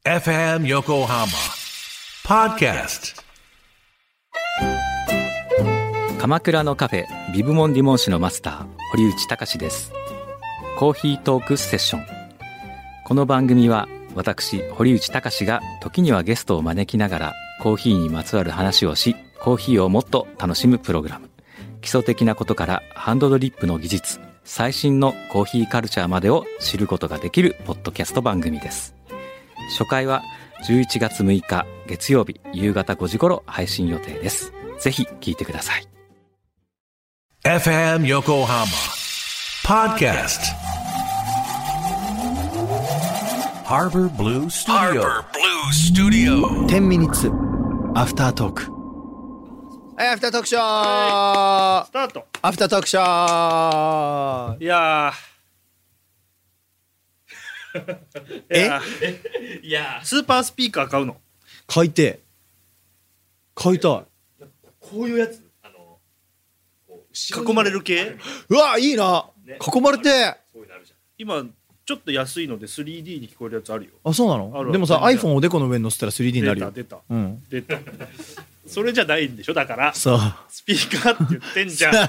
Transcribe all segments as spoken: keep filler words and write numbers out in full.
エフエム 横浜ポッドキャスト。 鎌倉のカフェビブモンディモン市のマスター堀内隆です。コーヒートークセッション。この番組は私堀内隆が時にはゲストを招きながらコーヒーにまつわる話をし、コーヒーをもっと楽しむプログラム。基礎的なことからハンドドリップの技術、最新のコーヒーカルチャーまでを知ることができるポッドキャスト番組です。初回はじゅういちがつむいか月曜日夕方ごじ頃配信予定です。ぜひ聞いてください。 エフエム 横浜ポッドキャスト Harbor Blue Studio Harbor Blue Studio じゅうミニッツアフタートーク。はい、アフタートークショースタート。 アフタートークショー。 いやえいやいやスーパースピーカー買うの。 買いてえ買いたい。 こういうやつ、あのこう囲まれる系。 うわいいな、 ね、 囲まれてえ。 今ちょっと安いので スリーディー に聞こえるやつあるよ。 あ、そうなの。 あるでもさ、 全然 iPhone おでこの上に乗せたら スリーディー になるよ。 出たうん出た出たそれじゃないんでしょ。だからそうスピーカーって言ってんじゃんス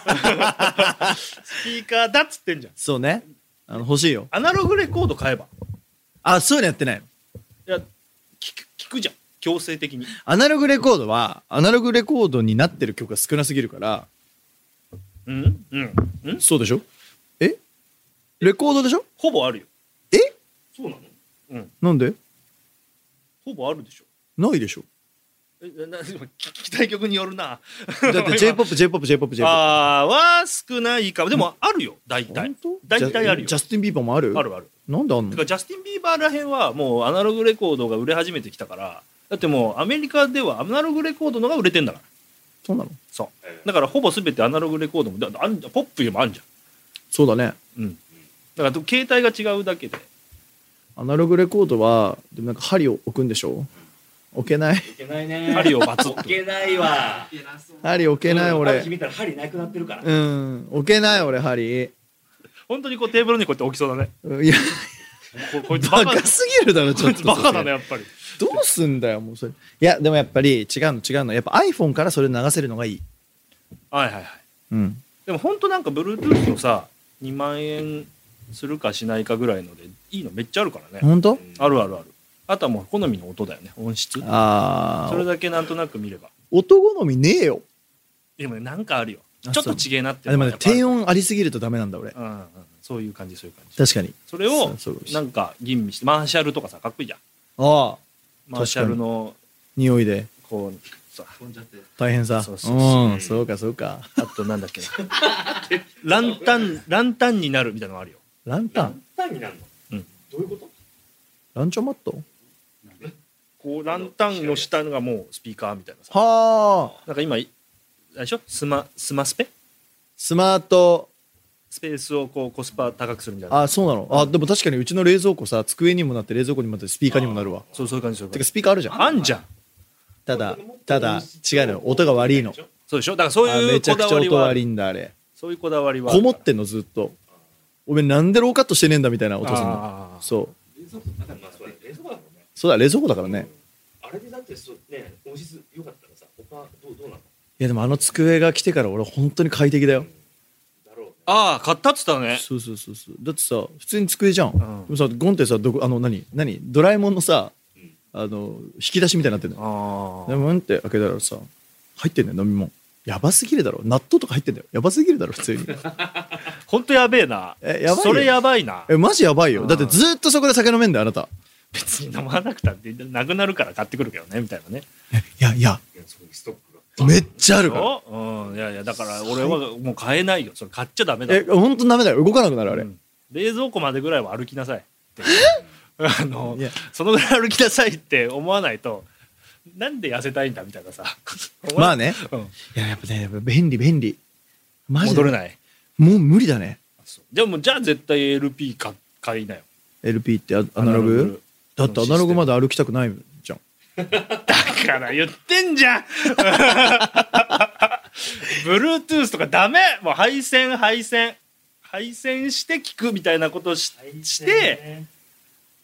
ピーカーだっつってんじゃん。 そうね、あの欲しいよ。 アナログレコード買えば。 あ、そういうのやってないの。 いや聞く、聞くじゃん強制的に。 アナログレコードはアナログレコードになってる曲が少なすぎるから。 うんうんうんそうでしょ。えレコードでしょ。 ほぼあるよ。 えそうなの。うんなんでほぼあるでしょ。 ないでしょ。 えな聞きたい曲によるなだって ジェイポップ、ジェイポップ、ジェイポップ、ジェイポップ。 あーは少ないか。でもあるよ大体。 本当？ 大体あるよ。 ジャスティンビーバーもある？ あるある。 なんであんの？ てかジャスティン・ビーバーらへんはもうアナログレコードが売れ始めてきたから。だってもうアメリカではアナログレコードのが売れてんだから。 そうなの？ そうだからほぼ全てアナログレコードもだあんポップもあんじゃん。 そうだね。 うんだから携帯が違うだけで。 アナログレコードはでもなんか針を置くんでしょ。置けない。 いけないね。 針をバツッと置けないわ。 針置けない俺。 針見たら針なくなってるから。 うん置けない俺針。 本当にこうテーブルにこうやって置きそうだね。 いやここいつバカバカすぎるだろちょっと。 バカだねやっぱり。 どうすんだよもうそれ。いやでもやっぱり違うの違うのやっぱ iPhone からそれ流せるのがいい。 はいはいはい。 うんでも本当なんか Bluetooth のさにまんえんするかしないかぐらいのでいいのめっちゃあるからね。 本当？ あるあるある。あとはもう好みの音だよね。音質。 あそれあだけなんとなく見れば。 音好みねえよ。 でもねなんかあるよ。 あちょっと違えなってあでもねやっぱある低音ありすぎるとダメなんだ俺。 うんうんそういう感じそういう感じ。 確かに。 それをそうそうなんか吟味してマーシャルとかさかっこいいじゃん。 ああマーシャルの匂いでこうさ大変さ。 そうそうそううんそうかそうか。 あとなんだっけなランタンランタンになるみたいなのあるよ。 ランタン単になるの。 うんどういうこと？ ランチョンマット。 こうランタンの下がもうスピーカーみたいなさ。 はあなんか今あれでしょスマスマスペスマート。 スペースをこうコスパ高くするみたいな。 あそうなの。あでも確かにうちの冷蔵庫さ机にもなって冷蔵庫にもなってスピーカーにもなるわ。 そうそういう感じそういうてか感じ。 スピーカーあるじゃん。 あんじゃん。 ただただ違うのよ音が悪いの。 そうでしょ。だからそうあいうめちゃくちゃこだわりはある音悪いんだあれ。 そういうこだわりはあるからこもってんのずっと。おめえなんでローカットしてねえんだみたいな音するの。 あーそう冷蔵庫だからまあそうだね冷蔵庫だもんね。 そうだ冷蔵庫だからね。 あれでだってそうね音質良かったらさ他どうどうなの？ いやでもあの机が来てから俺本当に快適だよ。 だろうね。 あー買ったっつったね。 そうそうそうそう。だってさ普通に机じゃん。 んでもさゴンってさどこあの何何ドラえもんのさあの引き出しみたいになってんのよ。 あでもうんって開けたらさ入ってんだよ飲み物。やばすぎるだろ。納豆とか入ってんだよ。やばすぎるだろ普通に。 本当やべえな。 えやばいよそれやばいな。 えマジやばいよ。 うんだってずっとそこで酒飲めんだよあなた。 別に飲まなくたってなくなるから買ってくるけどねみたいなね。 いやいやいやそういうストックが。 めっちゃあるから。 おうんいやいやだから俺はもう買えないよ。それ買っちゃダメだ。 え本当ダメだよ動かなくなるあれ。 うん冷蔵庫までぐらいは歩きなさいってあのいやそのぐらい歩きなさいって思わないとなんで痩せたいんだみたいなさまあね。 うんいややっぱねやっぱ便利便利。マジで戻れない。 もう無理だね。 でもじゃあ絶対 エルピー 買買いなよ。 エルピー ってアアナログだってアナログまで歩きたくないじゃん。 だから言ってんじゃんBluetooth とかダメ。もう配線配線配線して聞くみたいなことをしして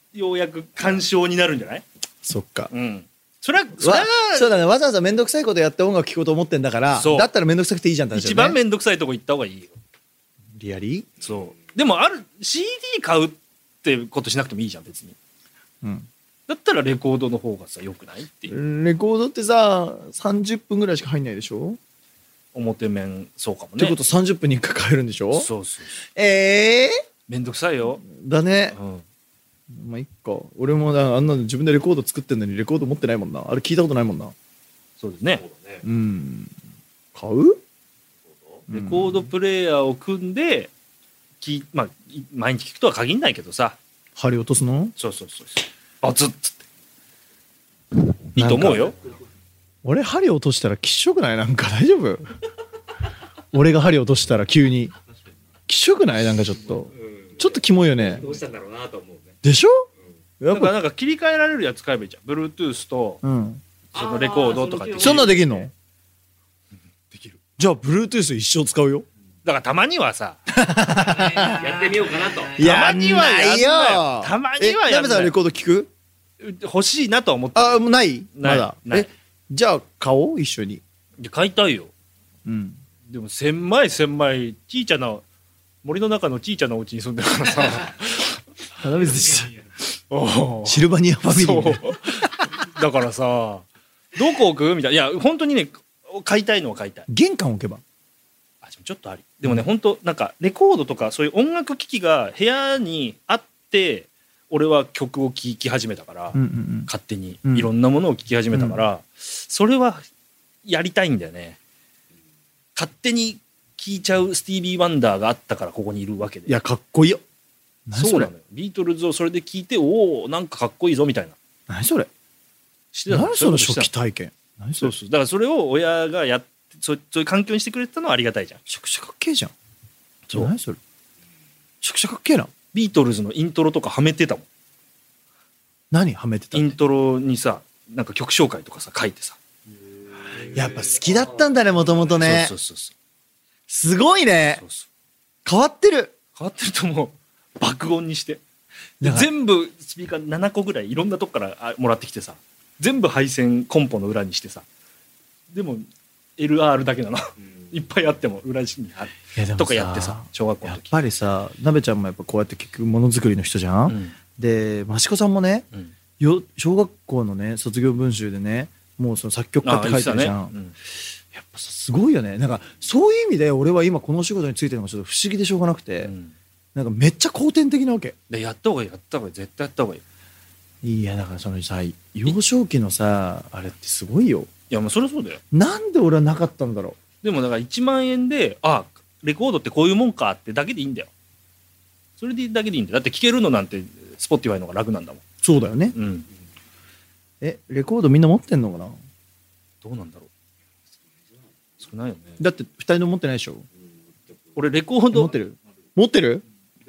ようやく鑑賞になるんじゃない？ そっか。 うんそれはそれわはそうだね、わざわざ面倒くさいことやって音楽聴こうと思ってんだからそうだったら面倒くさくていいじゃんって話だよね。 一番面倒くさいとこ行った方がいいよ。 リアリー、 そうでもある シーディー 買うってことしなくてもいいじゃん別に。 うん、 だったらレコードの方がさ良くないっていうレコードってささんじゅっぷんぐらいしか入んないでしょ、 表面そうかもね。 ってことさんじゅっぷんにいっかい変えるんでしょ。 そうそうそうええめんどくさいよ。 ー、だね。 うんまあいっか。俺もだあんなの自分でレコード作ってんのにレコード持ってないもんな。あれ聞いたことないもんな。 そうですね。 そうだね。 うん。買う？ レコードプレーヤーを組んでき、まあ、い毎日聞くとは限んないけどさ。 針落とすの？ そうそうそうそうバツッつっていいと思うよ。 俺針落としたらきっしょくない？なんか大丈夫？俺が針落としたら急にきっしょくない？なんかちょっとうんちょっとキモいよね。 どうしたんだろうなと思うね。 でしょ？やっぱだからなんか切り替えられるやつ買えばいいじゃん。Bluetooth とうん。 そのレコードとかってあーそんなんできんの？ できる。 じゃあ Bluetooth 一生使うよ。 だからたまにはさやってみようかなと。 たまにはやんなよたまにはえ、 やんなよなべさんレコード聞く？ 欲しいなとは思ってあ、もうない？ ないまだ。 ないえ、じゃあ買おう一緒に。 いや買いたいよ。 うん。 でも狭い狭いちいちゃな森の中のちいちゃなお家に住んでるからさ花水でした。 おうシルバニアファミリーね。 そうだからさどこ置くみたいないや本当にね買いたいのは買いたい。 玄関置けば。 あでもちょっとありでもね本当なんかレコードとかそういう音楽機器が部屋にあって俺は曲を聴き始めたから、 うんうんうん。 勝手にうんいろんなものを聴き始めたから、それはやりたいんだよね。勝手に聴いちゃうスティービー・ワンダーがあったからここにいるわけで。 いやかっこいいよ。何それそうなのよ。ビートルズをそれで聴いておおなんかかっこいいぞみたいな何それしてたの何その初ういうことしてたの期体験何それそうそうだからそれを親がやってそうそういう環境にしてくれてたのはありがたいじゃん。 めちゃくちゃかっけえじゃん。 そう何それめちゃくちゃかっけえな。 ビートルズのイントロとかはめてたもん。 何はめてたイントロにさなんか曲紹介とかさ書いてさ、 やっぱ好きだったんだねもともとね。 そうそうそうすごいねそう。そう変わってる。 変わってると思う。爆音にしてでだから全部スピーカーななこぐらいいろんなとこからあもらってきてさ全部配線コンポの裏にしてさでも エルアール だけなのいっぱいあっても裏地にあるいやでもさとかやってさ小学校の時やっぱりさなべちゃんもやっぱこうやって結局ものづくりの人じゃん、 うんで益子さんもねうんよ小学校のね卒業文集でねもうその作曲家って書いてるじゃん、 あ言ってたねやっぱさすごいよね。なんかそういう意味で俺は今この仕事についてるのがちょっと不思議でしょうがなくて、 うんうんなんかめっちゃ後天的なわけ。 でやった方がいいやった方がいい絶対やった方がいい。 いやだからそのさ幼少期のさあれってすごいよ。 いやもうそれはそうだよ。 なんで俺はなかったんだろでもだからいちまんえんであレコードってこういうもんかってだけでいいんだよ。それでだけでいいんだよ。だって聴けるのなんて Spotify の方が楽なんだもん。 う。そうだよね。 うんえレコードみんな持ってんのかな。 どうなんだろう少ないよね。 だってふたりとも持ってないでしょ。 俺レコード持ってる持ってる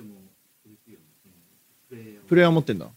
プレイヤー持ってんだ。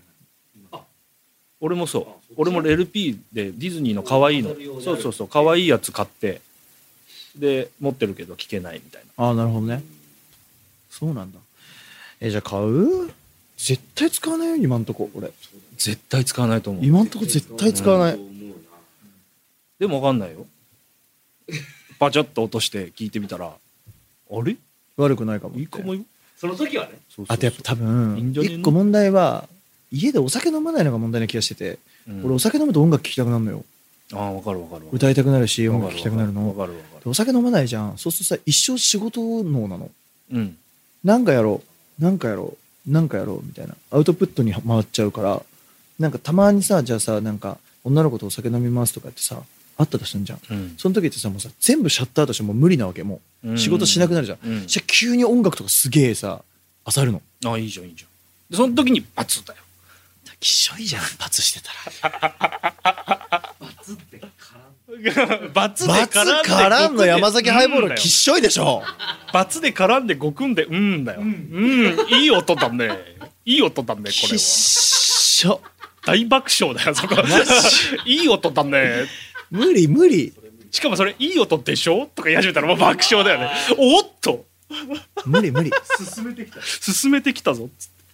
俺もそう俺も エルピー でディズニーの可愛いのそうそうそう可愛いやつ買ってで持ってるけど聴けないみたいな。 ああなるほどね。そうなんだ。えじゃあ買う。絶対使わないよ今んとこ俺。 絶対使わないと思う。 今んとこ絶対使わない。 でも分かんないよ。パチャッと落として聞いてみたらあれ悪くないかもって。 いいかもよ。 その時はね。 そうそうそうあとやっぱ多分いいんじゃねえの一個問題は家でお酒飲まないのが問題な気がしてて、 うん俺お酒飲むと音楽聴きたくなるのよ。 ああ分かる分かる分かる歌いたくなるし音楽分聴きたくなるの。 分かる分かるお酒飲まないじゃん。そうするとさ一生仕事脳なの。 うんなんかやろうなんかやろうなんかやろうみたいなアウトプットに回っちゃうから、なんかたまにさじゃあさなんか女の子とお酒飲みますとかってさあったとするんじゃん。 うんその時ってさもうさ全部シャッターとしてもう無理なわけ。もう仕事しなくなるじゃん。 うんうんじゃあ急に音楽とかすげえさ漁るの。 ああいいじゃんいいじゃん。でその時にバツだよ。 きっしょいじゃんパツしてたら。 バツって絡バツでバツ絡んでからんの山崎ハイボールきっうんだよしょいでしょ。 バツで絡んでごくんでうんだよ。うんいい音だね。いい音だねこきっれは。 しょ。 大爆笑だよそこ。いい音だね。 無理無理しかもそれいい音でしょとか言い始めたらもう爆笑だよね。おっと無理無理。 進めてきた。 進めてきたぞっつって。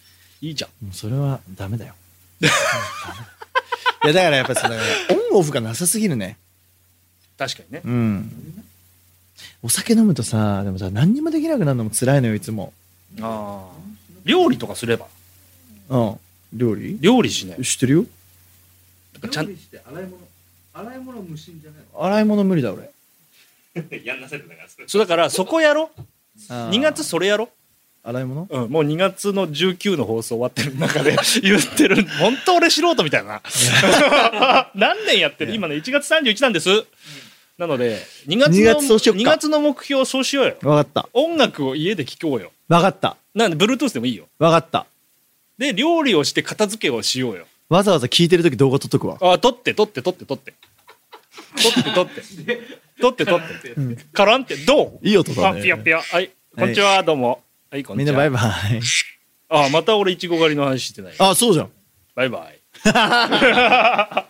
いいじゃん。 もうそれはダメだよ。うんダメだいやだからやっぱりそのオンオフがなさすぎるね。 確かにね。 うんお酒飲むとさでもさ何にもできなくなるのも辛いのよいつも。 ああ料理とかすれば。 うん料理料理しね。 知ってるよ。 ちゃん料理して洗い物洗い物無心じゃない洗い物無理だ俺。 のやんなさいってだからそれそうだからそこやろ。 あーにがつそれやろ。 洗い物うん、もうにがつのじゅうくの放送終わってる中で言ってる本当俺素人みたいな何年やってる今ねいちがつさんじゅういちなんです、うん、なのでにがつのにがつそうしよっかにがつの目標そうしようよ。 わかった音楽を家で聴こうよ。 わかったなんで Bluetooth でもいいよ。 わかったで料理をして片付けをしようよ。 わざわざ聞いてる時動画撮っとくわ。 あ撮って撮って撮って撮って撮って撮って撮って撮ってうんカランってどういい音だね。 あピヨピヨはいこんにちはどうもはいこんにちはみんなバイバイ。 あまた俺いちご狩りの話してない。 あそうじゃん。 バイバイ